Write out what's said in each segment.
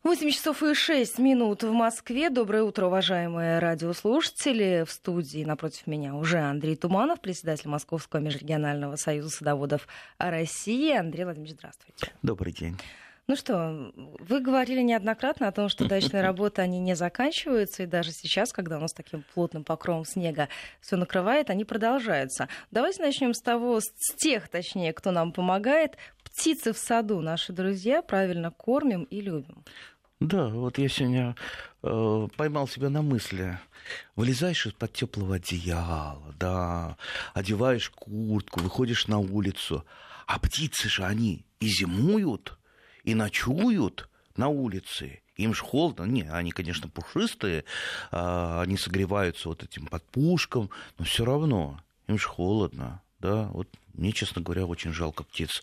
8:06 в Москве. Доброе утро, уважаемые радиослушатели. В студии напротив меня уже Андрей Туманов, председатель Московского межрегионального союза садоводов России. Андрей Владимирович, здравствуйте. Добрый день. Ну что, вы говорили неоднократно о том, что дачные работы, они не заканчиваются, и даже сейчас, когда у нас таким плотным покровом снега все накрывает, они продолжаются. Давайте начнем с тех, кто нам помогает. Птицы в саду, наши друзья, правильно кормим и любим. Да, вот я сегодня поймал себя на мысли. Вылезаешь из-под теплого одеяла, да, одеваешь куртку, выходишь на улицу, а птицы же они и зимуют, и ночуют на улице. Им же холодно. Не, они, конечно, пушистые, они согреваются вот этим подпушком, но все равно им же холодно. Да, вот мне, честно говоря, очень жалко птиц.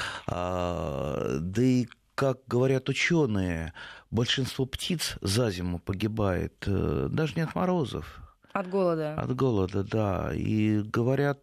Да и, как говорят ученые, большинство птиц за зиму погибает даже не от морозов. От голода. От голода, да. И говорят,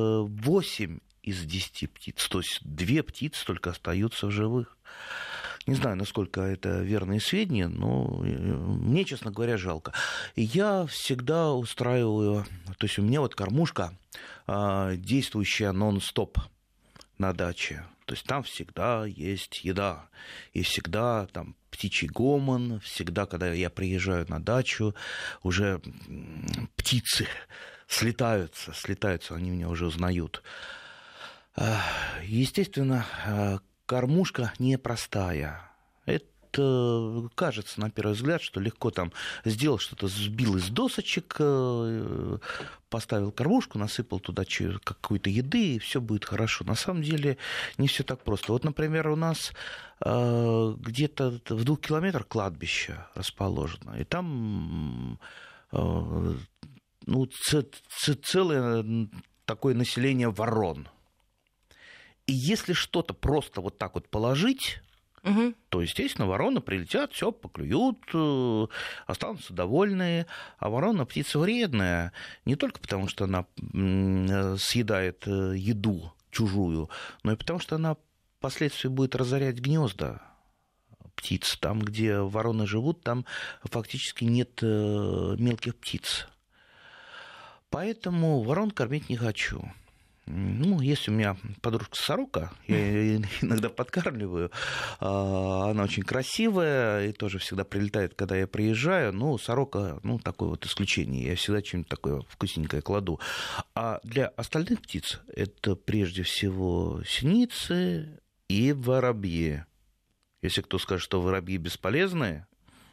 8 из 10 птиц, то есть 2 птицы только остаются в живых. Не знаю, насколько это верные сведения, но мне, честно говоря, жалко. И я всегда устраиваю, то есть у меня вот кормушка, действующая нон-стоп на даче. То есть там всегда есть еда, и всегда там птичий гомон, всегда, когда я приезжаю на дачу, уже птицы слетаются, они меня уже узнают. Естественно, кормушка непростая. Это кажется, на первый взгляд, что легко там сделал что-то, сбил из досочек, поставил кормушку, насыпал туда какой-то еды, и все будет хорошо. На самом деле не все так просто. Вот, например, у нас где-то в 2 километрах кладбище расположено, и там целое такое население ворон. И если что-то просто вот так вот положить, то, естественно, вороны прилетят, все поклюют, останутся довольные. А ворона птица вредная не только потому, что она съедает еду чужую, но и потому, что она впоследствии будет разорять гнезда птиц. Там, где вороны живут, там фактически нет мелких птиц. Поэтому ворон кормить не хочу. Ну, есть у меня подружка-сорока, я ее иногда подкармливаю, она очень красивая и тоже всегда прилетает, когда я приезжаю, но сорока, такое вот исключение, я всегда что-нибудь такое вкусненькое кладу. А для остальных птиц это прежде всего синицы и воробьи. Если кто скажет, что воробьи бесполезные,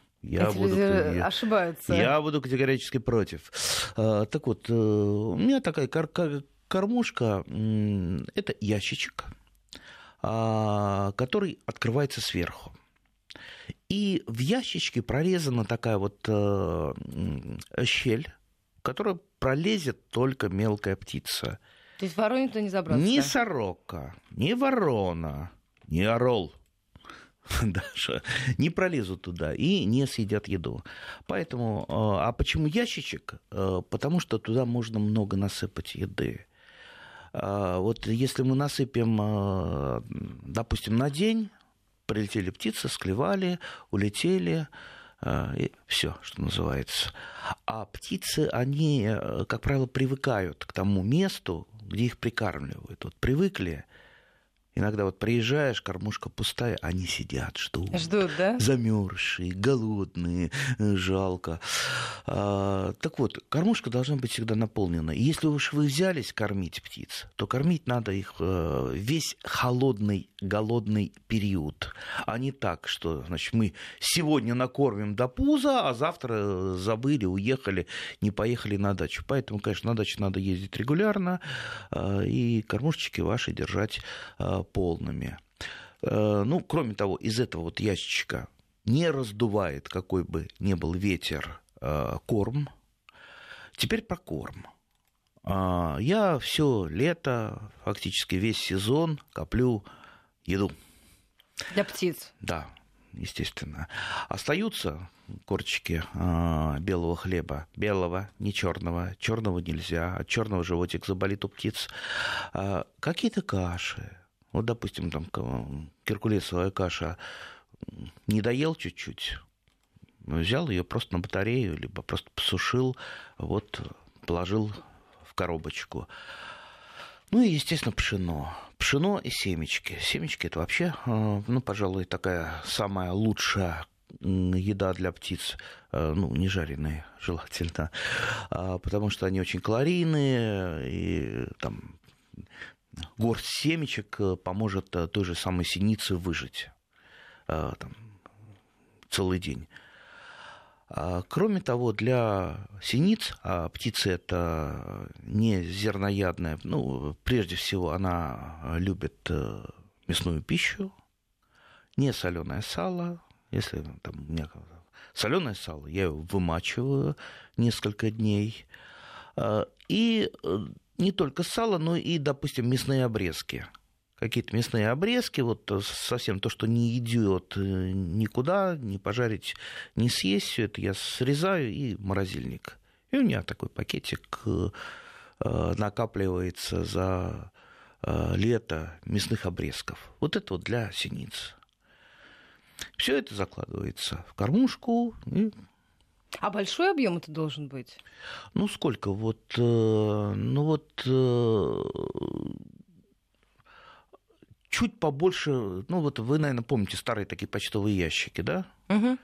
ошибаются. Я буду категорически против. Так вот, у меня такая кормушка – это ящичек, который открывается сверху. И в ящичке прорезана такая вот щель, в которую пролезет только мелкая птица. То есть вороне никто не забрался? Ни сорока, ни ворона, ни орол даже не пролезут туда и не съедят еду. Поэтому, а почему ящичек? Потому что туда можно много насыпать еды. Вот если мы насыпем, допустим, на день, прилетели птицы, склевали, улетели, и все, что называется. А птицы, они, как правило, привыкают к тому месту, где их прикармливают. Вот привыкли. Иногда вот приезжаешь, кормушка пустая, они сидят, ждут. Ждут, да? Замерзшие, голодные, жалко. Так вот, кормушка должна быть всегда наполнена. И если уж вы взялись кормить птиц, то кормить надо их весь холодный, голодный период. А не так, что, значит, мы сегодня накормим до пуза, а завтра забыли, уехали, не поехали на дачу. Поэтому, конечно, на дачу надо ездить регулярно и кормушечки ваши держать полными. Кроме того, из этого вот ящичка не раздувает, какой бы ни был ветер, корм. Теперь про корм. Я все лето, фактически весь сезон коплю еду. Для птиц? Да, естественно. Остаются корочки белого хлеба. Белого, не черного. Черного нельзя. От черного животик заболит у птиц. Какие-то каши. Вот, допустим, там геркулесовая каша не доел чуть-чуть, взял ее просто на батарею, либо просто посушил, вот, положил в коробочку. Ну и, естественно, пшено. Пшено и семечки. Семечки — это вообще, ну, пожалуй, такая самая лучшая еда для птиц, ну, не жареные, желательно, потому что они очень калорийные, и там горсть семечек поможет той же самой синице выжить там, целый день. Кроме того, для синиц, а птица это не зерноядная, ну, прежде всего, она любит мясную пищу, не соленое сало. Если там у меня соленое сало, я его вымачиваю несколько дней. И не только сало, но и, допустим, мясные обрезки. Какие-то мясные обрезки, вот совсем то, что не идет никуда, не пожарить, не съесть, все это я срезаю и в морозильник. И у меня такой пакетик накапливается за лето мясных обрезков. Вот это вот для синиц. Все это закладывается в кормушку. А большой объем это должен быть? Ну, сколько? Вот, чуть побольше, ну, вот вы, наверное, помните старые такие почтовые ящики, да? Угу.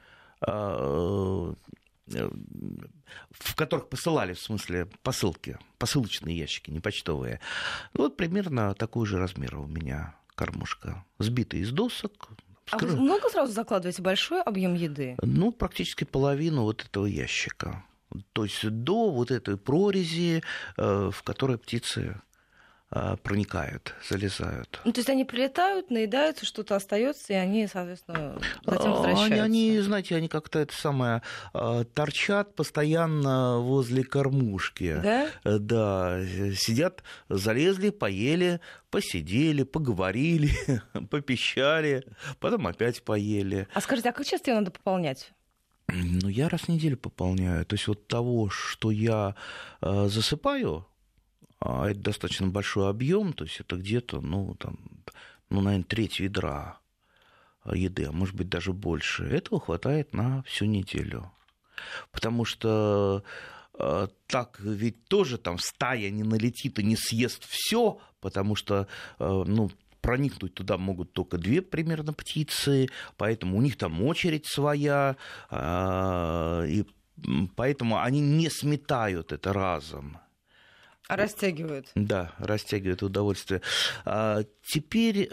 В которых посылали, в смысле, посылки, посылочные ящики, не почтовые. Вот примерно такой же размер у меня кормушка, сбитая из досок. А вы много сразу закладываете? Большой объем еды? Ну, практически половину вот этого ящика. То есть до вот этой прорези, в которой птицы проникают, залезают. Ну, то есть они прилетают, наедаются, что-то остается, и они, соответственно, затем возвращаются. Они, знаете, они как-то это самое торчат постоянно возле кормушки. Да? Да, сидят, залезли, поели, посидели, поговорили, попищали, потом опять поели. А скажите, а как часто ее надо пополнять? Ну, я раз в неделю пополняю. То есть вот того, что засыпаю, а это достаточно большой объем, то есть это где-то, наверное, треть ведра еды, а может быть даже больше. Этого хватает на всю неделю. Потому что так ведь тоже там стая не налетит и не съест все, потому что, проникнуть туда могут только 2 примерно птицы, поэтому у них там очередь своя, и поэтому они не сметают это разом. А растягивают. Да, растягивают удовольствие. Теперь,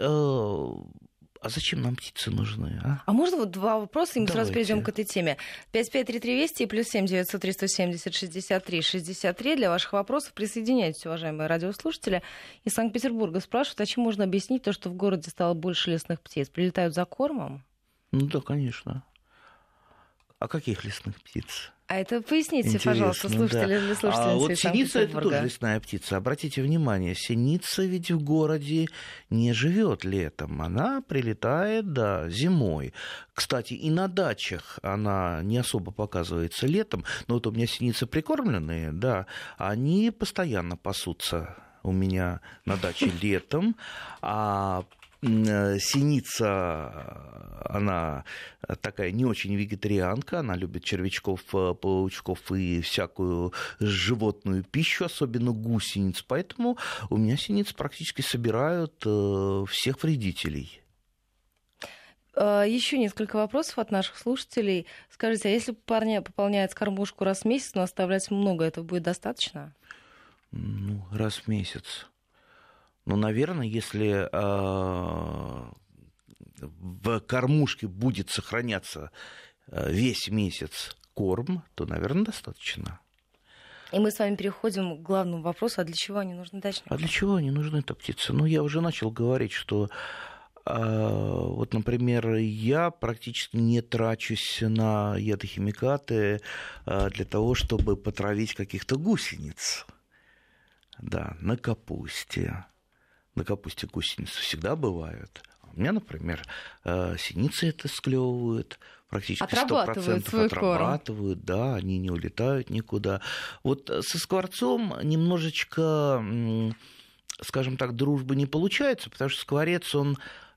зачем нам птицы нужны? А можно вот 2 вопроса, и мы Давайте. сразу перейдем к этой теме. 553320 и +7 903 170 63 63. Для ваших вопросов присоединяйтесь, уважаемые радиослушатели. Из Санкт-Петербурга спрашивают, а чем можно объяснить то, что в городе стало больше лесных птиц? Прилетают за кормом? Ну да, конечно. А каких лесных птиц? А это поясните, Интересно, пожалуйста, слушатели или слушательницы вот из синица — это Санкт-Петербурга. тоже лесная птица. Обратите внимание, синица ведь в городе не живет летом. Она прилетает, да, зимой. Кстати, и на дачах она не особо показывается летом. Но вот у меня синицы прикормленные, да, они постоянно пасутся у меня на даче летом, а синица, она такая не очень вегетарианка, она любит червячков, паучков и всякую животную пищу, особенно гусениц, поэтому у меня синицы практически собирают всех вредителей. Еще несколько вопросов от наших слушателей. Скажите, а если парня пополняет кормушку раз в месяц, но оставлять много, этого будет достаточно? Ну, раз в месяц. Ну, наверное, если в кормушке будет сохраняться весь месяц корм, то, наверное, достаточно. И мы с вами переходим к главному вопросу, а для чего они нужны дачникам? А для чего они нужны-то птицы? Ну, я уже начал говорить, что вот, например, я практически не трачусь на ядохимикаты для того, чтобы потравить каких-то гусениц. Да, на капусте. На капусте гусеницы всегда бывают. У меня, например, синицы это склевывают, практически 100% отрабатывают, да, они не улетают никуда. Вот со скворцом немножечко, скажем так, дружбы не получается, потому что скворец, он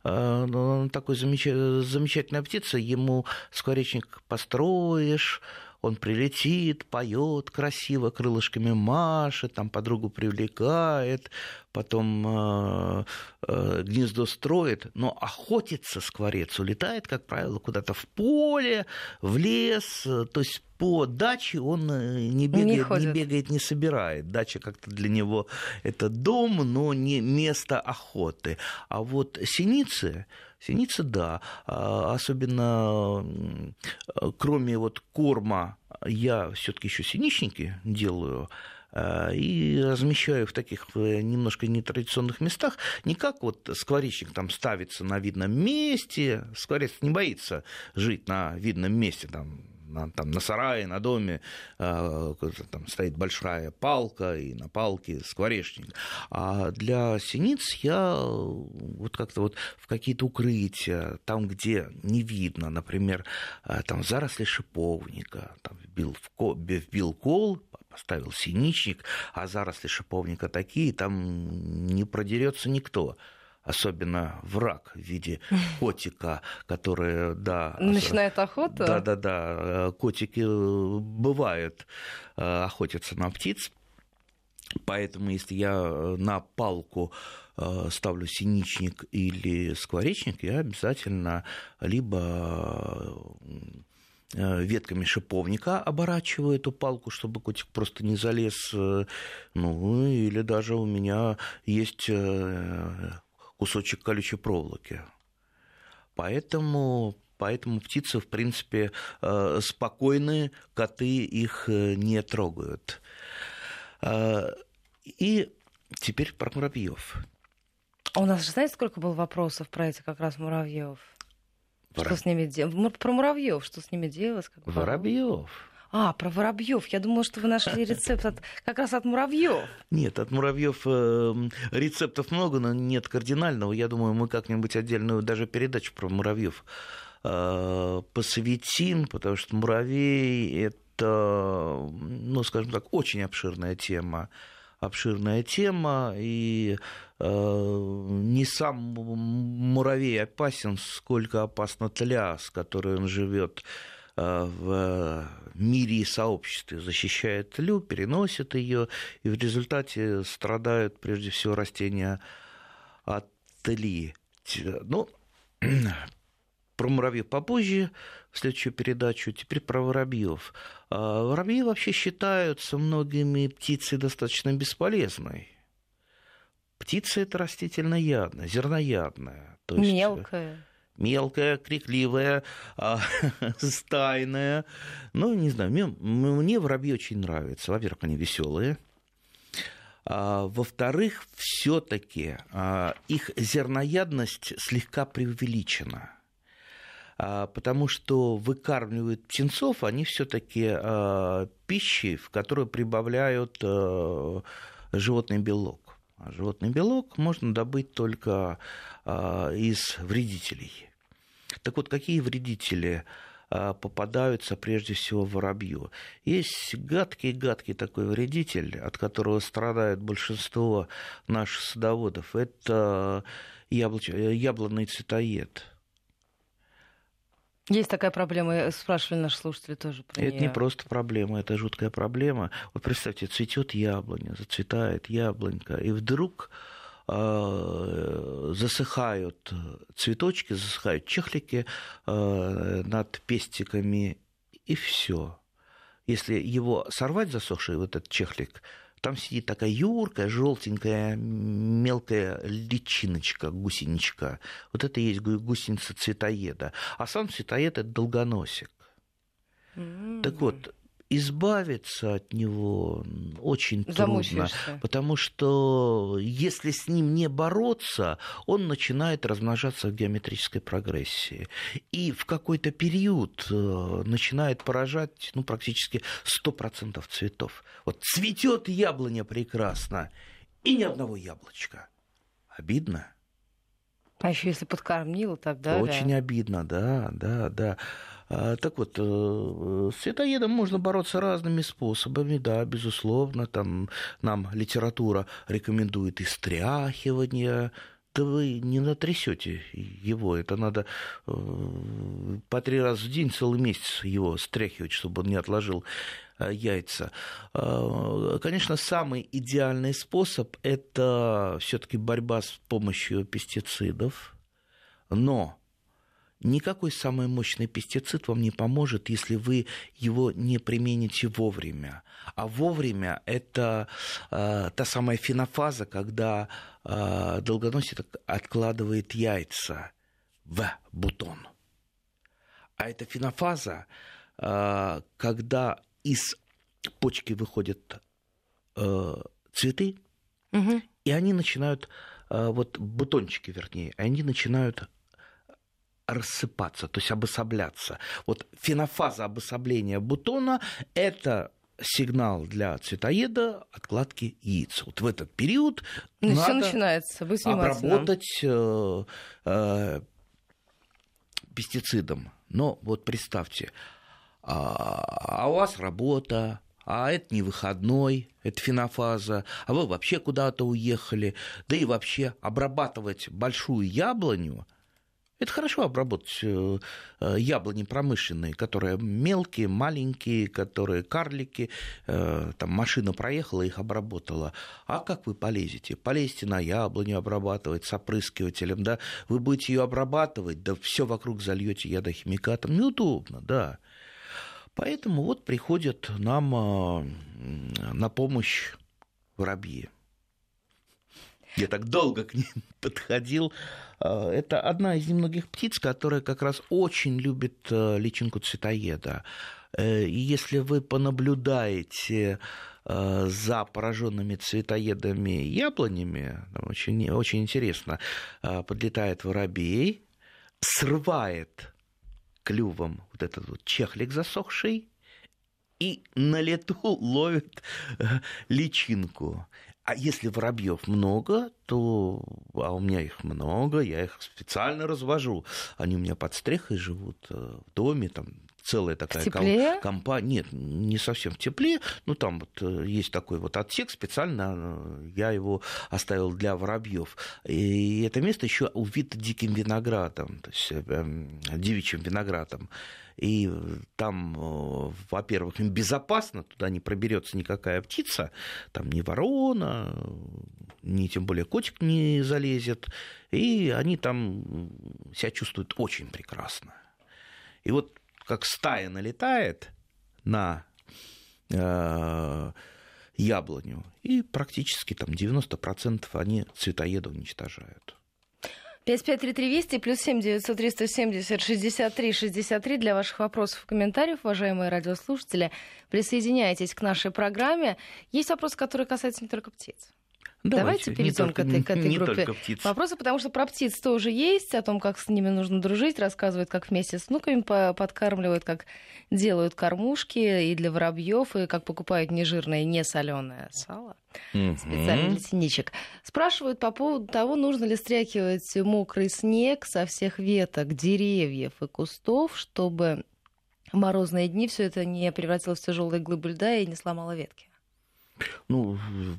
такой замечательная птица, ему скворечник построишь, он прилетит, поет красиво, крылышками машет, там подругу привлекает, потом гнездо строит, но охотится скворец, улетает, как правило, куда-то в поле, в лес, то есть по даче он не бегает, не собирает. Дача как-то для него это дом, но не место охоты. А вот синицы, да, особенно кроме вот корма, я все-таки еще синичники делаю и размещаю в таких немножко нетрадиционных местах. Не как вот скворечник там ставится на видном месте. Скворец не боится жить на видном месте, там на сарае, на доме там стоит большая палка, и на палке скворечник. А для синиц я вот как-то вот в какие-то укрытия, там, где не видно, например, там заросли шиповника, там вбил кол, поставил синичник, а заросли шиповника такие, там не продерется никто. Особенно враг в виде котика, который, да... Начинает охоту? Да. Котики бывают, охотятся на птиц. Поэтому, если я на палку ставлю синичник или скворечник, я обязательно либо ветками шиповника оборачиваю эту палку, чтобы котик просто не залез. Ну, или даже у меня есть кусочек колючей проволоки. Поэтому птицы, в принципе, спокойны, коты их не трогают. И теперь про муравьев. У нас же, знаете, сколько было вопросов про эти как раз муравьев? Что с ними делать? Про муравьев, что с ними делать? Воробьев. Про воробьев. Я думала, что вы нашли рецепт как раз от муравьев. Нет, от муравьев рецептов много, но нет кардинального. Я думаю, мы как-нибудь отдельную даже передачу про муравьев посвятим, потому что муравей — это, ну, скажем так, очень обширная тема, и не сам муравей опасен, сколько опасна тля, с которой он живет в мире и сообществе, защищает тлю, переносит ее, и в результате страдают прежде всего растения от тли. Ну, про муравьев попозже, в следующую передачу. Теперь про воробьев. Воробьи вообще считаются многими птицей достаточно бесполезной. Птица — это растительноядная, зерноядная. То есть мелкая, крикливая, стайная. Ну, не знаю, мне воробьи очень нравятся. Во-первых, они веселые. Во-вторых, все-таки их зерноядность слегка преувеличена. Потому что выкармливают птенцов они все-таки пищей, в которую прибавляют животный белок. А животный белок можно добыть только из вредителей. Так вот, какие вредители попадаются прежде всего воробью? Есть гадкий такой вредитель, от которого страдает большинство наших садоводов. Это яблонный цветоед. Есть такая проблема, спрашивали наши слушатели тоже про Это неё. не просто проблема, это жуткая проблема. Вот представьте, цветет яблоня, зацветает яблонька, и вдруг засыхают цветочки, засыхают чехлики над пестиками, и все. Если его сорвать, засохший вот этот чехлик, там сидит такая юркая, желтенькая, мелкая личиночка, гусеничка. Вот это и есть гусеница цветоеда. А сам цветоед — это долгоносик. Так вот, избавиться от него очень трудно, потому что если с ним не бороться, он начинает размножаться в геометрической прогрессии. И в какой-то период начинает поражать практически 100% цветов. Вот цветет яблоня прекрасно, и ни одного яблочка. Обидно. А еще если подкормила, тогда... Очень обидно, да. Так вот, с цветоедом можно бороться разными способами, да, безусловно. Там нам литература рекомендует и стряхивание Да вы не натрясете его, это надо по 3 раза в день целый месяц его стряхивать, чтобы он не отложил яйца. Конечно, самый идеальный способ – это все-таки борьба с помощью пестицидов, но никакой самый мощный пестицид вам не поможет, если вы его не примените вовремя. А вовремя – это та самая фенофаза, когда долгоносик откладывает яйца в бутон. А эта фенофаза, когда из почки выходят цветы, и они начинают, вот бутончики, вернее, они начинают рассыпаться, то есть обособляться. Вот фенофаза обособления бутона – это сигнал для цветоеда откладки яиц. Вот в этот период надо начинается. обработать пестицидом. Но вот представьте, а у вас работа, а это не выходной, это фенофаза, а вы вообще куда-то уехали, да и вообще обрабатывать большую яблоню. Это хорошо обработать яблони промышленные, которые мелкие, маленькие, которые карлики, там машина проехала, их обработала. А как вы полезете? Полезете на яблоню обрабатывать с опрыскивателем, да? Вы будете ее обрабатывать, да все вокруг зальете ядохимикатом. Неудобно, да. Поэтому вот приходят нам на помощь воробьи. Я так долго к ним подходил. Это одна из немногих птиц, которая как раз очень любит личинку цветоеда. И если вы понаблюдаете за пораженными цветоедами яблонями, очень, очень интересно, подлетает воробей, срывает клювом вот этот вот чехлик засохший и на лету ловит личинку. А если воробьев много, то... А у меня их много, я их специально развожу. Они у меня под стрехой живут в доме, там целая такая компания. Нет, не совсем в тепле, но там вот есть такой вот отсек, специально я его оставил для воробьев. И это место еще увито диким виноградом, то есть девичьим виноградом. И там, во-первых, им безопасно, туда не проберется никакая птица, там ни ворона, ни тем более котик не залезет, и они там себя чувствуют очень прекрасно. И вот как стая налетает на яблоню, и практически там 90% они цветоеда уничтожают. 553320 плюс 7 903 170 63 63 для ваших вопросов и комментариев, уважаемые радиослушатели. Присоединяйтесь к нашей программе. Есть вопрос, который касается не только птиц. Давайте перейдем к этой группе вопросов, потому что про птиц тоже есть, о том, как с ними нужно дружить, рассказывают, как вместе с внуками подкармливают, как делают кормушки и для воробьев, и как покупают нежирное, не соленое сало, специально для синичек. Спрашивают по поводу того, нужно ли стряхивать мокрый снег со всех веток, деревьев и кустов, чтобы в морозные дни все это не превратилось в тяжелые глыбы льда и не сломало ветки. Ну,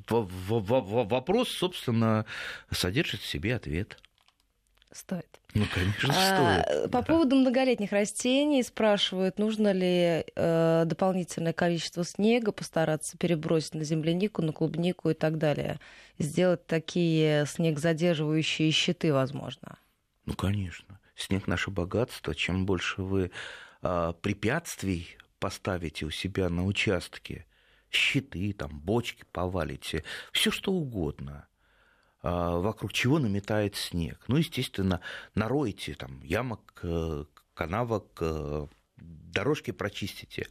вопрос, собственно, содержит в себе ответ. Стоит. Ну, конечно, стоит. По поводу многолетних растений спрашивают, нужно ли дополнительное количество снега постараться перебросить на землянику, на клубнику и так далее. Сделать такие снегзадерживающие щиты, возможно. Ну, конечно. Снег — наше богатство. Чем больше вы препятствий поставите у себя на участке, щиты, там, бочки повалите, все что угодно, вокруг чего наметает снег. Ну, естественно, наройте там ямок, канавок, дорожки прочистите.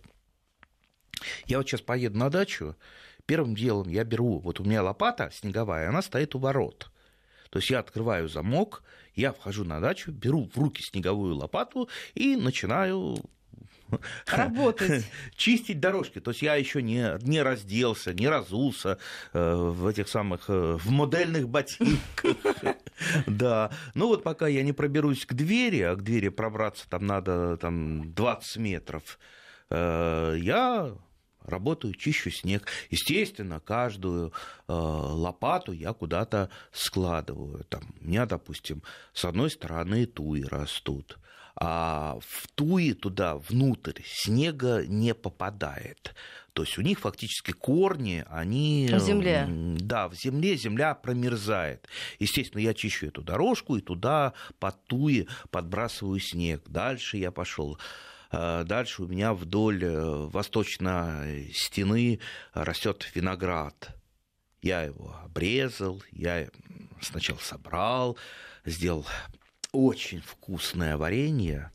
Я вот сейчас поеду на дачу, первым делом я беру, вот у меня лопата снеговая, она стоит у ворот. То есть я открываю замок, я вхожу на дачу, беру в руки снеговую лопату и начинаю работать. Чистить дорожки. То есть я еще не разделся, не разулся в этих самых в модельных ботинках. Да. Ну вот пока я не проберусь к двери, а к двери пробраться там надо 20 метров, я работаю, чищу снег. Естественно, каждую лопату я куда-то складываю. Там, у меня, допустим, с одной стороны туи растут, а в туи туда внутрь снега не попадает. То есть у них фактически корни, они... В земле. Да, в земле земля промерзает. Естественно, я чищу эту дорожку и туда под туи подбрасываю снег. Дальше я пошел. Дальше у меня вдоль восточной стены растет виноград. Я его обрезал, я сначала собрал, сделал очень вкусное варенье.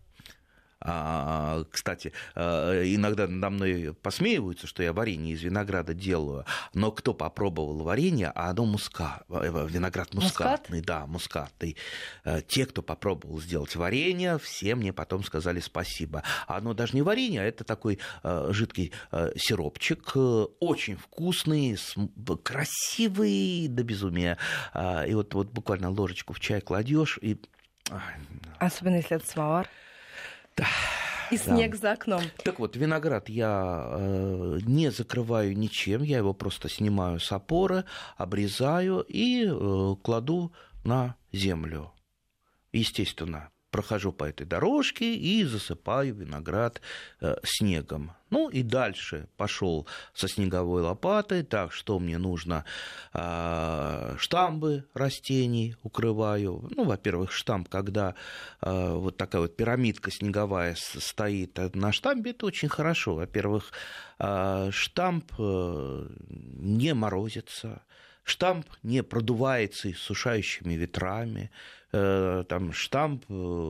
Кстати, иногда надо мной посмеиваются, что я варенье из винограда делаю, но кто попробовал варенье, а оно виноград мускатный, да, мускатный. Те, кто попробовал сделать варенье, все мне потом сказали спасибо. Оно даже не варенье, а это такой жидкий сиропчик, очень вкусный, красивый до безумия. И вот буквально ложечку в чай кладешь и... Особенно если это самовар. Да, и снег за окном. Так вот, виноград я не закрываю ничем, я его просто снимаю с опоры, обрезаю и кладу на землю. Естественно, прохожу по этой дорожке и засыпаю виноград снегом. Ну и дальше пошел со снеговой лопатой. Так, что мне нужно? Штамбы растений укрываю. Ну, во-первых, штамб, когда вот такая вот пирамидка снеговая стоит на штамбе, это очень хорошо. Во-первых, штамб не морозится. Штамб не продувается иссушающими ветрами, там штамб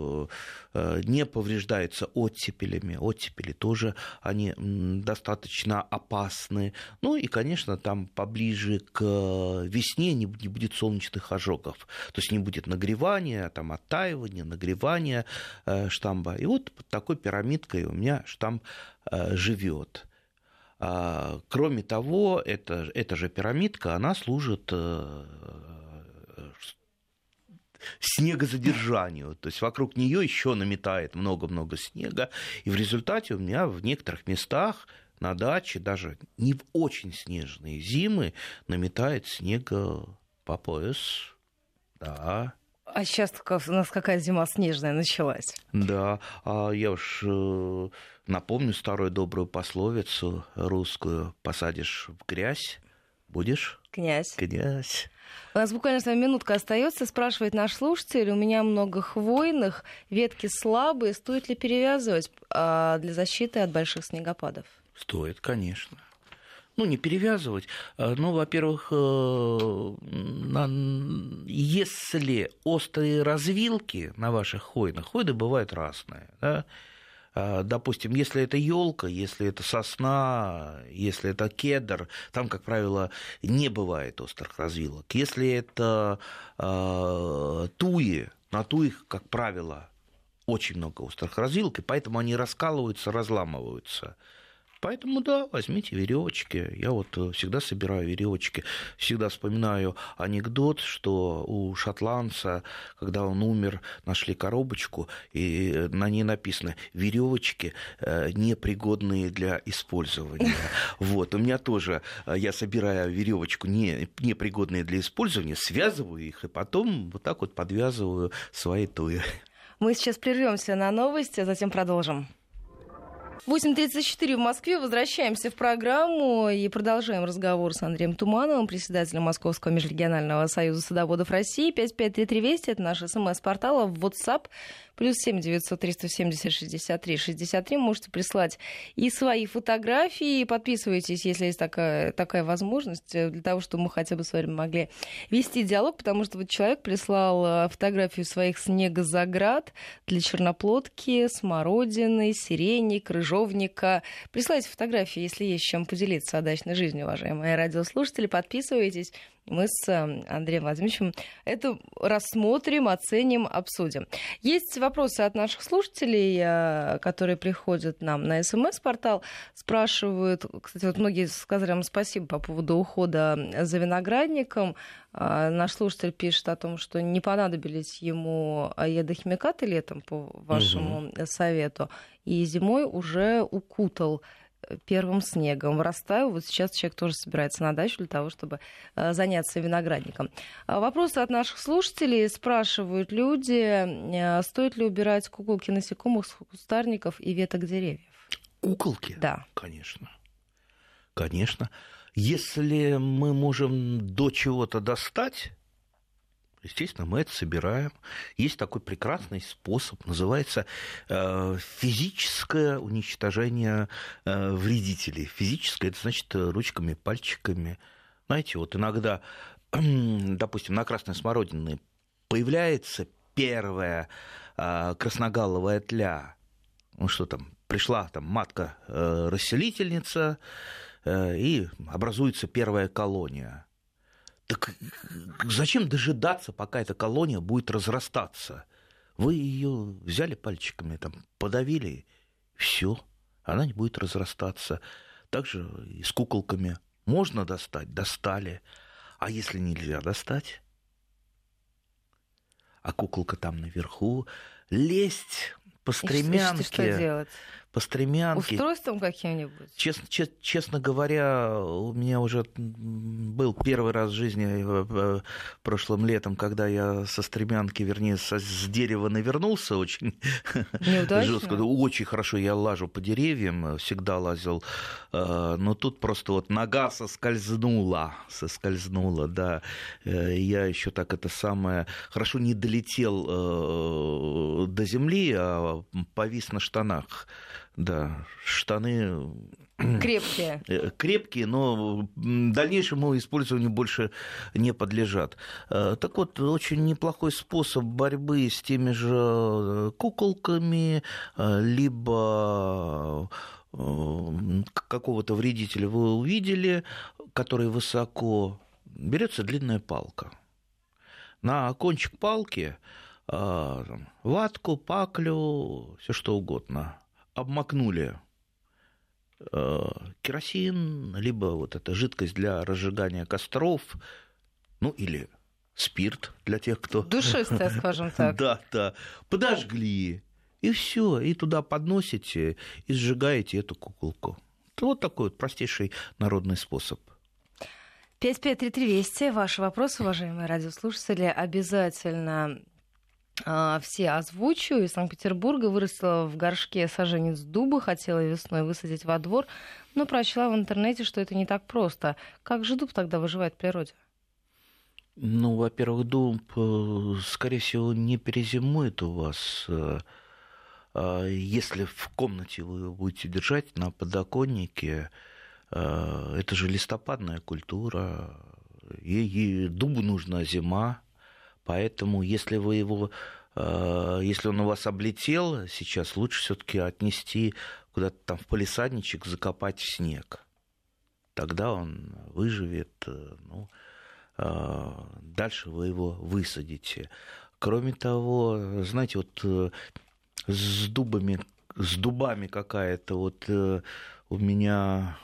не повреждается оттепелями. Оттепели тоже они достаточно опасны. Ну и, конечно, там поближе к весне не будет солнечных ожогов. То есть не будет нагревания, там оттаивания, нагревания штамба. И вот под такой пирамидкой у меня штамб живет. Кроме того, эта же пирамидка, она служит снегозадержанию. То есть вокруг нее еще наметает много-много снега. И в результате у меня в некоторых местах на даче, даже не в очень снежные зимы, наметает снега по пояс. Да. А сейчас у нас какая зима снежная началась? Да, я уж напомню старую добрую пословицу русскую: посадишь в грязь, будешь князь. Князь. У нас буквально с вами минутка остается. Спрашивает наш слушатель: у меня много хвойных, ветки слабые, стоит ли перевязывать для защиты от больших снегопадов? Стоит, конечно. Ну, не перевязывать. Ну, во-первых, если острые развилки на ваших хвойных, хвойны бывают разные, да? Допустим, если это елка, если это сосна, если это кедр, там, как правило, не бывает острых развилок. Если это туи, на туих, как правило, очень много острых развилок, и поэтому они раскалываются, разламываются. Поэтому, да, возьмите веревочки. Я вот всегда собираю веревочки. Всегда вспоминаю анекдот, что у шотландца, когда он умер, нашли коробочку, и на ней написано: веревочки непригодные для использования. Вот, у меня тоже, я собираю веревочку непригодные для использования, связываю их, и потом вот так вот подвязываю свои туи. Мы сейчас прервемся на новости, а затем продолжим. 8:34 в Москве. Возвращаемся в программу и продолжаем разговор с Андреем Тумановым, председателем Московского межрегионального союза садоводов России. 553320 — это наш СМС-портал, а в WhatsApp +7 900 370 63 63. Можете прислать и свои фотографии. Подписывайтесь, если есть такая возможность, для того, чтобы мы хотя бы с вами могли вести диалог, потому что вот человек прислал фотографию своих снегозаград для черноплодки, смородины, сирени, крыжовника. Присылайте фотографии, если есть чем поделиться о дачной жизни, уважаемые радиослушатели. Подписывайтесь. Мы с Андреем Владимировичем это рассмотрим, оценим, обсудим. Есть вопросы от наших слушателей, которые приходят нам на СМС-портал. Спрашивают, кстати, вот многие сказали вам спасибо по поводу ухода за виноградником. Наш слушатель пишет о том, что не понадобились ему ядохимикаты летом, по вашему совету, и зимой уже укутал первым снегом. Растаял, вот сейчас человек тоже собирается на дачу для того, чтобы заняться виноградником. Вопросы от наших слушателей. Спрашивают люди, стоит ли убирать куколки насекомых с кустарников и веток деревьев? Куколки? Да. Конечно. Конечно. Если мы можем до чего-то достать, естественно, мы это собираем. Есть такой прекрасный способ, называется физическое уничтожение вредителей. Физическое, это значит ручками, пальчиками. Знаете, вот иногда, допустим, на красной смородине появляется первая красногаловая тля. Ну что там, пришла там матка-расселительница, и образуется первая колония. Так зачем дожидаться, пока эта колония будет разрастаться? Вы ее взяли пальчиками, там, подавили, все, она не будет разрастаться. Также и с куколками. Можно достать? Достали. А если нельзя достать? А куколка там наверху. Лезть по стремянке. Что делать? По стремянке. Устройством каким-нибудь? Честно говоря, у меня уже был первый раз в жизни прошлым летом, когда я со стремянки, вернее, с дерева навернулся очень жестко. Очень хорошо я лажу по деревьям, всегда лазил. Но тут просто вот нога соскользнула, да. Я еще так это самое... Хорошо не долетел до земли, а повис на штанах. Да, штаны крепкие, но дальнейшему использованию больше не подлежат. Так вот, очень неплохой способ борьбы с теми же куколками, либо какого-то вредителя вы увидели, который высоко, берется длинная палка. На кончик палки ватку, паклю, все что угодно. Обмакнули керосин, либо вот эта жидкость для разжигания костров, ну или спирт для тех, кто... Душистая, скажем так. Да, подожгли, и все, и туда подносите, и сжигаете эту куколку. Вот такой вот простейший народный способ. 553320. Ваши вопросы, уважаемые радиослушатели, обязательно... Все озвучу. Из Санкт-Петербурга вырастила в горшке саженец дуба, хотела весной высадить во двор, но прочла в интернете, что это не так просто. Как же дуб тогда выживает в природе? Ну, во-первых, дуб, скорее всего, не перезимует у вас. Если в комнате вы его будете держать на подоконнике, это же листопадная культура, и дубу нужна зима. Поэтому, если он у вас облетел, сейчас лучше все-таки отнести куда-то там в палисадничек, закопать в снег. Тогда он выживет. Дальше вы его высадите. Кроме того, знаете, вот с дубами какая-то вот у меня...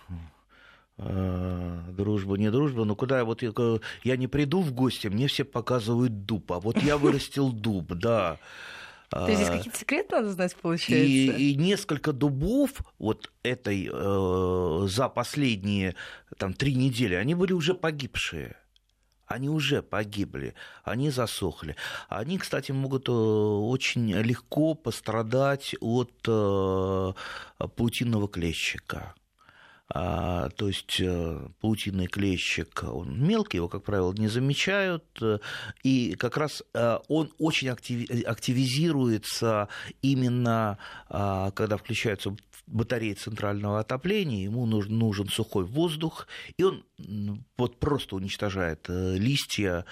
дружба, не дружба, но куда вот я не приду в гости, мне все показывают дуб, а вот я вырастил дуб, да. То есть здесь какие-то секреты надо знать, получается? И несколько дубов вот этой за последние там 3 недели, они были уже погибшие. Они уже погибли, они засохли. Они, кстати, могут очень легко пострадать от паутинного клещика. То есть паутинный клещик, он мелкий, его, как правило, не замечают, и как раз он очень активизируется именно, когда включаются батареи центрального отопления, ему нужен сухой воздух, и он вот просто уничтожает листья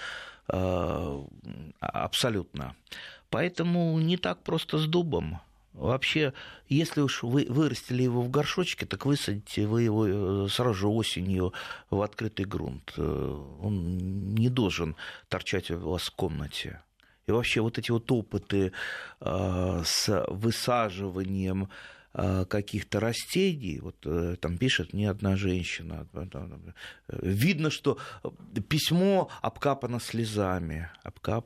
абсолютно. Поэтому не так просто с дубом. Вообще, если уж вы вырастили его в горшочке, так высадите вы его сразу же осенью в открытый грунт. Он не должен торчать у вас в комнате. И вообще вот эти вот опыты с высаживанием каких-то растений, вот там пишет не одна женщина, видно, что письмо обкапано слезами.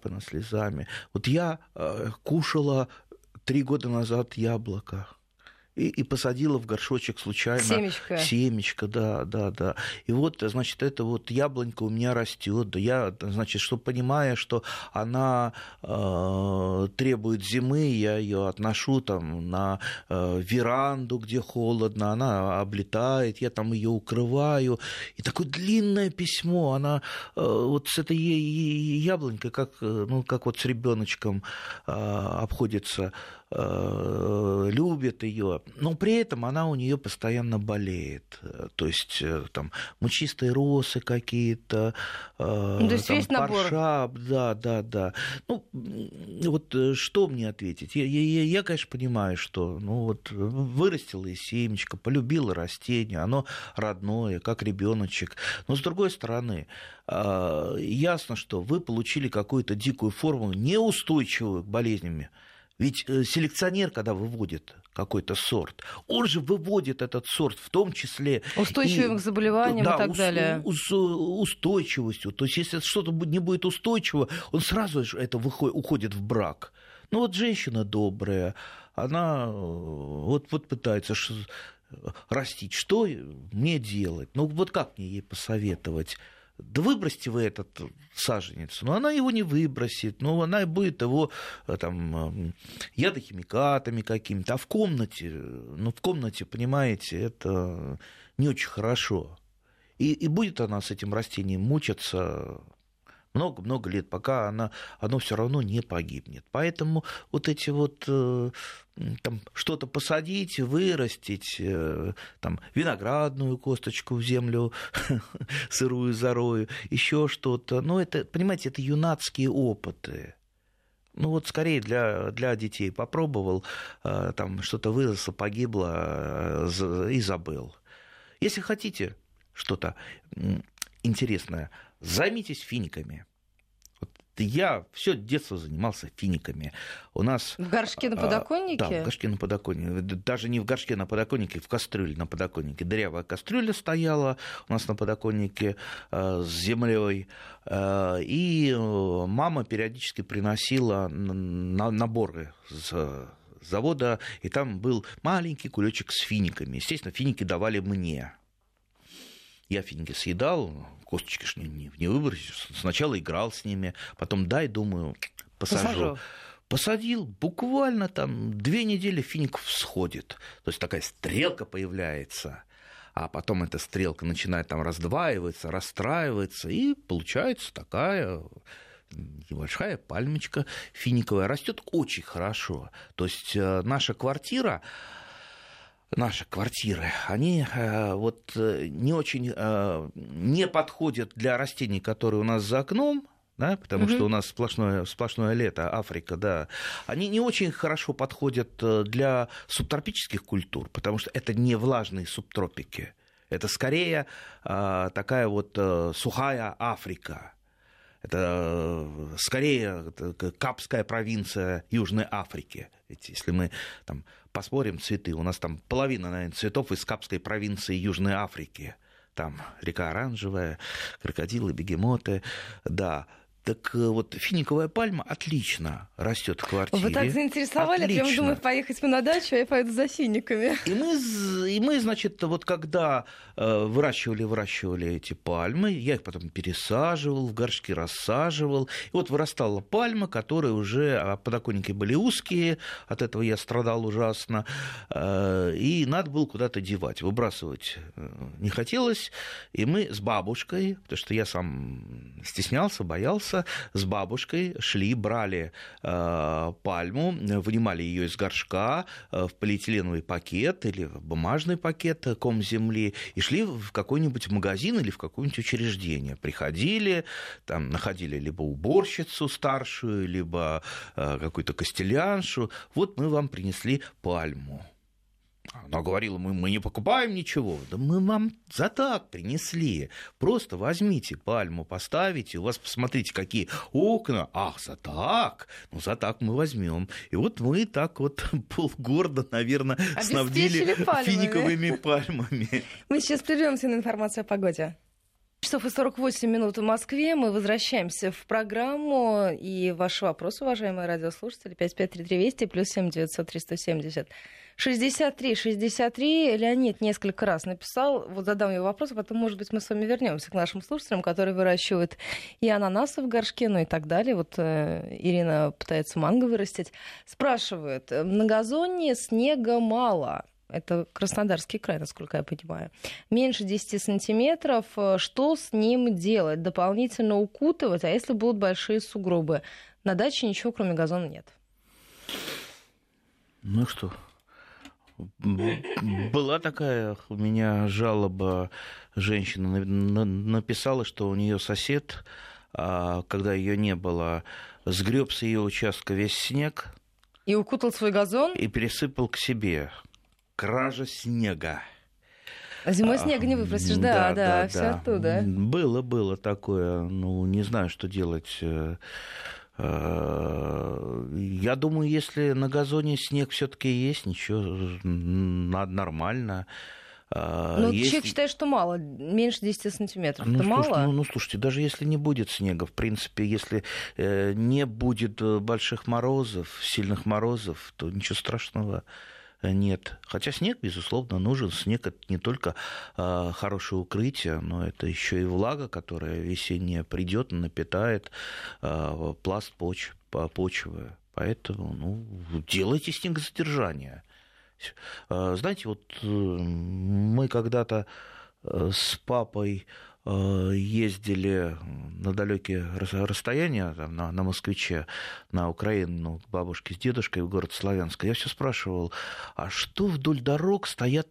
Вот я кушала 3 года назад яблоко. и посадила в горшочек случайно. Семечко, да. И вот, значит, эта вот яблонька у меня растет. Я, значит, что понимая, что она требует зимы, я ее отношу там на веранду, где холодно, она облетает, я там ее укрываю. И такое длинное письмо, она вот с этой яблонькой, как вот с ребеночком обходится, любит ее, но при этом она у нее постоянно болеет. То есть там мучистые росы какие-то, парша, да. Ну, вот что мне ответить? Я, конечно, понимаю, что вырастила из семечка, полюбила растение, оно родное, как ребеночек. Но с другой стороны, ясно, что вы получили какую-то дикую форму, неустойчивую к болезням. Ведь селекционер, когда выводит какой-то сорт, он же выводит этот сорт, в том числе... Устойчивым к заболеваниям и так далее. Устойчивостью. То есть, если что-то не будет устойчиво, он сразу же уходит в брак. Ну, вот женщина добрая, она вот пытается растить. Что мне делать? Ну, вот как мне ей посоветовать? Да выбросьте вы этот саженец. Но она его не выбросит, но она будет его там ядохимикатами какими-то. А в комнате, понимаете, это не очень хорошо. И будет она с этим растением мучиться много-много лет, пока оно все равно не погибнет. Поэтому вот эти вот там, что-то посадить, вырастить, там, виноградную косточку в землю сырую зарою, еще что-то. Ну, это, понимаете, это юнацкие опыты. Ну, вот скорее для детей попробовал, там что-то выросло, погибло и забыл. Если хотите что-то интересное, займитесь финиками. Вот я все детство занимался финиками. У нас в горшке на подоконнике? Да, в горшке на подоконнике. Даже не в горшке на подоконнике, в кастрюле на подоконнике. Дырявая кастрюля стояла у нас на подоконнике с землей. И мама периодически приносила наборы с завода, и там был маленький кулечек с финиками. Естественно, финики давали мне. Я финики съедал, косточки ж не выбросишь. Сначала играл с ними, потом думаю, посажу. Посадил, буквально там 2 недели финик всходит. То есть такая стрелка появляется, а потом эта стрелка начинает там раздваиваться, расстраиваться, и получается такая небольшая пальмочка финиковая. Растет очень хорошо. То есть наши квартиры, они вот не очень не подходят для растений, которые у нас за окном, да, потому что у нас сплошное лето, Африка, да. Они не очень хорошо подходят для субтропических культур, потому что это не влажные субтропики. Это скорее такая вот сухая Африка. Это скорее Капская провинция Южной Африки. Ведь если мы там посмотрим цветы, у нас там половина, наверное, цветов из Капской провинции Южной Африки. Там река оранжевая, крокодилы, бегемоты, да. Так вот, финиковая пальма отлично растет в квартире. Вы так заинтересовали, я прям думаю, поехать на дачу, а я поеду за финиками. И мы, значит, вот когда выращивали эти пальмы, я их потом пересаживал, в горшки рассаживал. И вот вырастала пальма, которая уже, подоконники были узкие, от этого я страдал ужасно, и надо было куда-то девать. Выбрасывать не хотелось. И мы с бабушкой, потому что я сам стеснялся, боялся, с бабушкой шли, брали пальму, вынимали ее из горшка в полиэтиленовый пакет или в бумажный пакет ком земли и шли в какой-нибудь магазин или в какое-нибудь учреждение. Приходили, там находили либо уборщицу старшую, либо какую-то костеляншу. Вот мы вам принесли пальму. Она говорила, мы не покупаем ничего. Да мы вам за так принесли. Просто возьмите пальму, поставите, у вас посмотрите, какие окна. Ах, за так? Ну, за так мы возьмем. И вот мы так вот полгорода, наверное, снабдили финиковыми пальмами. Мы сейчас прервемся на информацию о погоде. Часов и 48 минут в Москве. Мы возвращаемся в программу. И ваши вопросы, уважаемые радиослушатели, 553320 +7 900 370 63. Леонид несколько раз написал. Вот задам ему вопрос, а потом, может быть, мы с вами вернемся к нашим слушателям, которые выращивают и ананасы в горшке, ну и так далее. Вот Ирина пытается манго вырастить. Спрашивает, на газоне снега мало. Это Краснодарский край, насколько я понимаю. Меньше 10 сантиметров. Что с ним делать? Дополнительно укутывать? А если будут большие сугробы? На даче ничего, кроме газона, нет. Ну что, была такая у меня жалоба, женщина написала, что у нее сосед, когда ее не было, сгреб с ее участка весь снег. И укутал свой газон? И пересыпал к себе. Кража снега. Зимой снега не выпросишь, да, все оттуда. Было такое, ну, не знаю, что делать. Я думаю, если на газоне снег все-таки есть, ничего, нормально. Ну, человек считает, что мало, меньше 10 сантиметров. Это мало? Слушайте, даже если не будет снега, в принципе, если не будет больших морозов, сильных морозов, то ничего страшного нет. Хотя снег, безусловно, нужен. Снег — это не только хорошее укрытие, но это еще и влага, которая весенняя придет, напитает пласт почвы. Поэтому делайте снегозадержание. Знаете, вот мы когда-то с папой ездили на далекие расстояния там, на «Москвиче», на Украину, к бабушке с дедушкой в город Славянск. Я все спрашивал, а что вдоль дорог стоят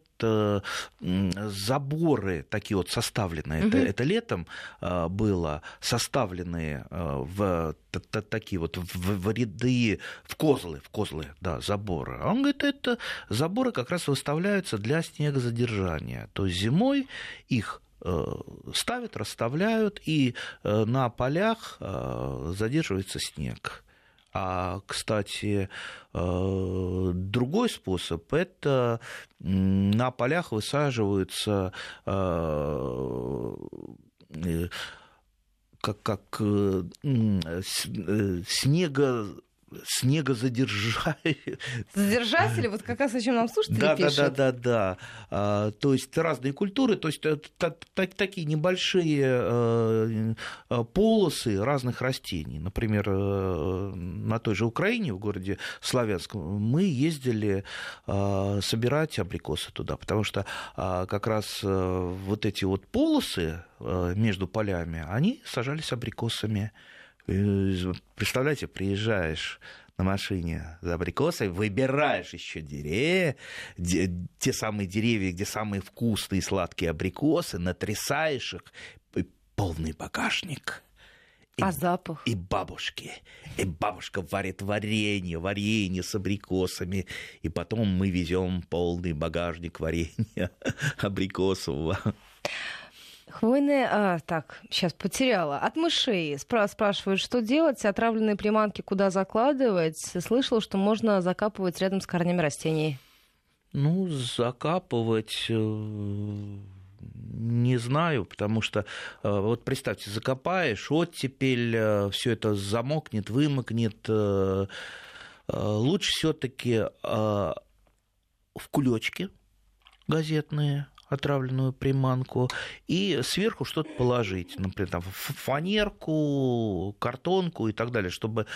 заборы такие вот составленные? Это летом было, составленные в такие вот в ряды, в козлы, да, заборы. А он говорит, это заборы как раз выставляются для снегозадержания. То есть зимой их ставят, расставляют, и на полях задерживается снег. А, кстати, другой способ – это на полях высаживаются как Задержатели, вот как раз о чем нам слушатели пишут. Да. То есть разные культуры, то есть такие небольшие полосы разных растений. Например, на той же Украине, в городе Славянск, мы ездили собирать абрикосы туда, потому что как раз вот эти вот полосы между полями, они сажались абрикосами. Представляете, приезжаешь на машине за абрикосой, выбираешь еще те самые деревья, где самые вкусные и сладкие абрикосы, натрясаешь их, и полный багажник. А запах? И бабушка варит варенье с абрикосами, и потом мы везем полный багажник варенья абрикосового. Хвойные... сейчас потеряла. От мышей спрашивают, что делать, отравленные приманки куда закладывать. Слышала, что можно закапывать рядом с корнями растений. Закапывать... Не знаю, потому что, вот представьте, закопаешь, оттепель, все это замокнет, вымокнет. Лучше все-таки в кулечки газетные отравленную приманку и сверху что-то положить, например, там, фанерку, картонку и так далее, чтобы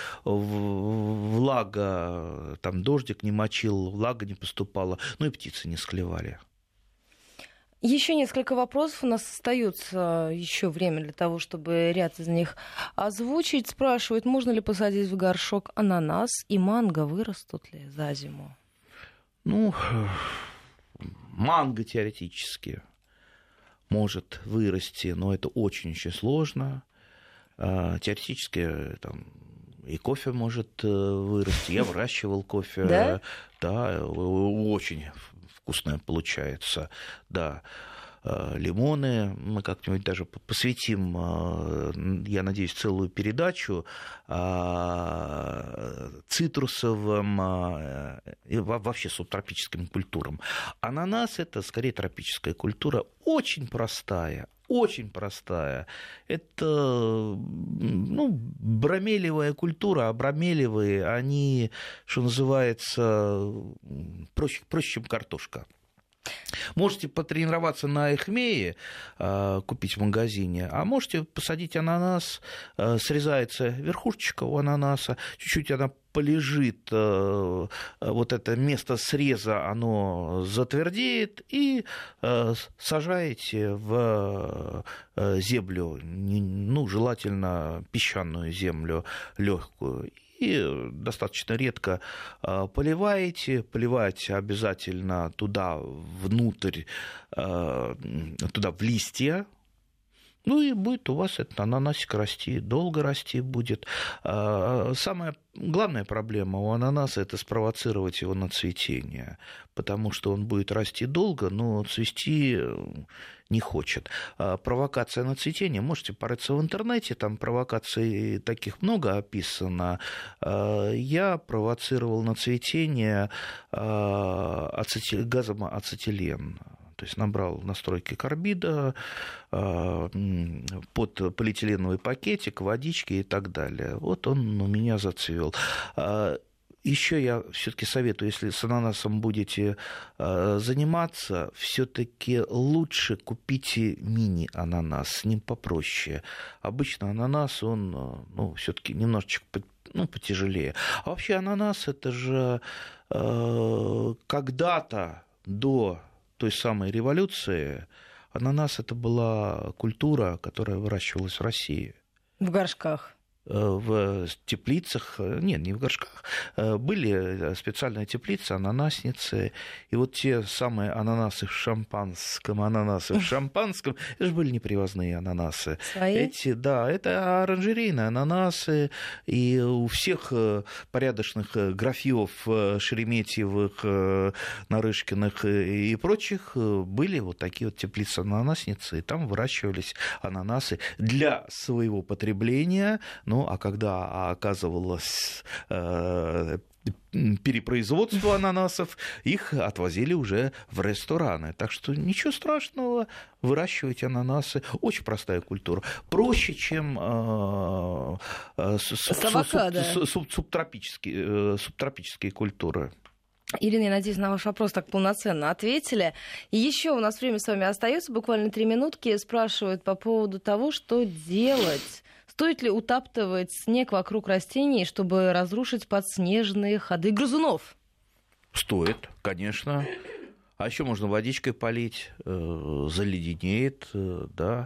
влага, там, дождик не мочил, влага не поступала, и птицы не склевали. Еще несколько вопросов. У нас остается еще время для того, чтобы ряд из них озвучить. Спрашивают, можно ли посадить в горшок ананас и манго, вырастут ли за зиму? Манго теоретически может вырасти, но это очень-очень сложно. Теоретически там и кофе может вырасти. Я выращивал кофе. Да? Да, очень вкусное получается. Да. Лимоны. Мы как-нибудь даже посвятим, я надеюсь, целую передачу цитрусовым и вообще субтропическим культурам. Ананас – это скорее тропическая культура, очень простая, очень простая. Это бромелевая культура, а бромелевые, они, что называется, проще, чем картошка. Можете потренироваться на эхмее, купить в магазине, а можете посадить ананас, срезается верхушечка у ананаса, чуть-чуть она полежит, вот это место среза, оно затвердеет, и сажаете в землю, желательно песчаную землю легкую, и достаточно редко поливаете. Поливаете обязательно туда внутрь, туда в листья. И будет у вас этот ананасик расти, долго расти будет. Самая главная проблема у ананаса – это спровоцировать его на цветение, потому что он будет расти долго, но цвести не хочет. Провокация на цветение, можете порыться в интернете, там провокаций таких много описано. Я провоцировал на цветение газом ацетилен. То есть набрал настройки карбида под полиэтиленовый пакетик, водички и так далее. Вот он у меня зацвел. Еще я все-таки советую, если с ананасом будете заниматься, все-таки лучше купите мини-ананас, с ним попроще. Обычно ананас, он все-таки немножечко потяжелее. А вообще ананас это же когда-то до той самой революции ананас это была культура, которая выращивалась в России. В горшках. В теплицах, нет, не в горшках, были специальные теплицы, ананасницы, и вот те самые ананасы в шампанском, это же были непривозные ананасы. Свои? Это оранжерейные ананасы, и у всех порядочных графьев Шереметьевых, Нарышкиных и прочих были вот такие вот теплицы-ананасницы, и там выращивались ананасы для своего потребления. А когда оказывалось перепроизводство ананасов, их отвозили уже в рестораны. Так что ничего страшного, выращивать ананасы. Очень простая культура. Проще, чем субтропические культуры. Ирина, я надеюсь, на ваш вопрос так полноценно ответили. И еще у нас время с вами остается, буквально 3 минутки. Спрашивают по поводу того, что делать. Стоит ли утаптывать снег вокруг растений, чтобы разрушить подснежные ходы грызунов? Стоит, конечно. А еще можно водичкой полить, заледенеет, да.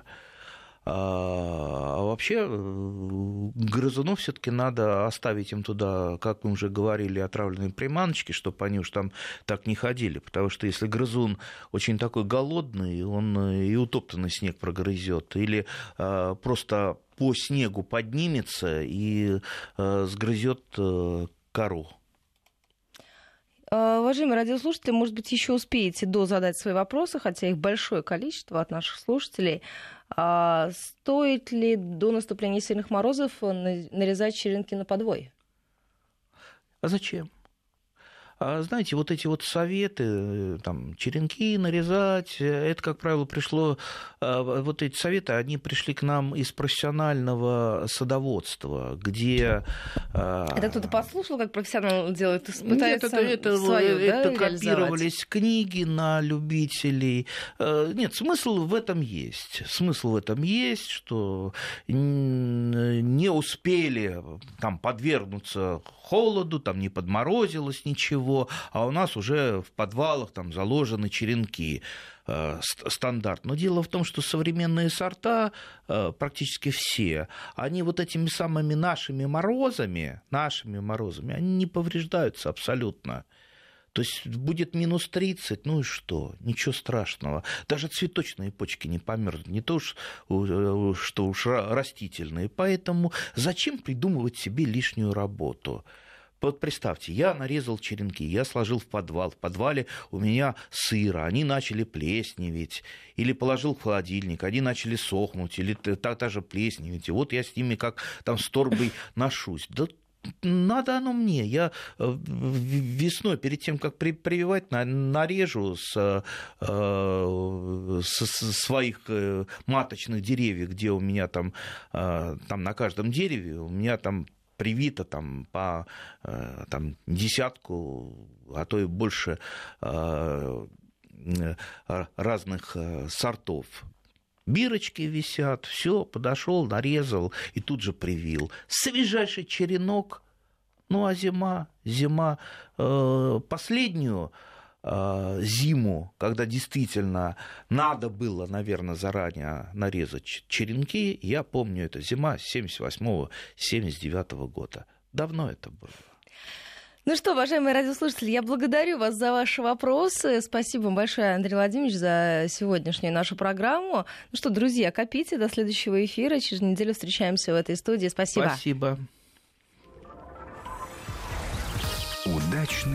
А вообще грызунов все-таки надо оставить им туда, как мы уже говорили, отравленные приманочки, чтобы они уж там так не ходили. Потому что если грызун очень такой голодный, он и утоптанный снег прогрызет, или просто по снегу поднимется и сгрызет кору. Уважаемые радиослушатели, может быть, еще успеете дозадать свои вопросы, хотя их большое количество от наших слушателей. Стоит ли до наступления сильных морозов нарезать черенки на подвой? А зачем? Знаете, вот эти вот советы, там, черенки нарезать, это, как правило, пришло, вот эти советы, они пришли к нам из профессионального садоводства, где... Это кто-то послушал, как профессионал делает, пытается свою, это копировались книги на любителей. Нет, смысл в этом есть. Смысл в этом есть, что не успели там подвергнуться холоду, там не подморозилось ничего, а у нас уже в подвалах там заложены черенки стандарт. Но дело в том, что современные сорта, практически все, они вот этими самыми нашими морозами, они не повреждаются абсолютно. То есть будет минус 30, ну и что? Ничего страшного. Даже цветочные почки не померзнут, не то что уж растительные. Поэтому зачем придумывать себе лишнюю работу? Вот представьте, я нарезал черенки, я сложил в подвал. В подвале у меня сыро, они начали плесневеть. Или положил в холодильник, они начали сохнуть, или та же плесневеть. И вот я с ними как там с торбой ношусь. Да надо оно мне. Я весной, перед тем, как прививать, нарежу с своих маточных деревьев, где у меня там на каждом дереве, у меня там привито там, по десятку, а то и больше разных сортов. Бирочки висят, все, подошел, нарезал и тут же привил. Свежайший черенок. Ну а зима, последнюю зиму, когда действительно надо было, наверное, заранее нарезать черенки, я помню, это зима 78-79 года. Давно это было. Ну что, уважаемые радиослушатели, я благодарю вас за ваши вопросы. Спасибо вам большое, Андрей Владимирович, за сегодняшнюю нашу программу. Ну что, друзья, копите до следующего эфира. Через неделю встречаемся в этой студии. Спасибо. Спасибо. Удачный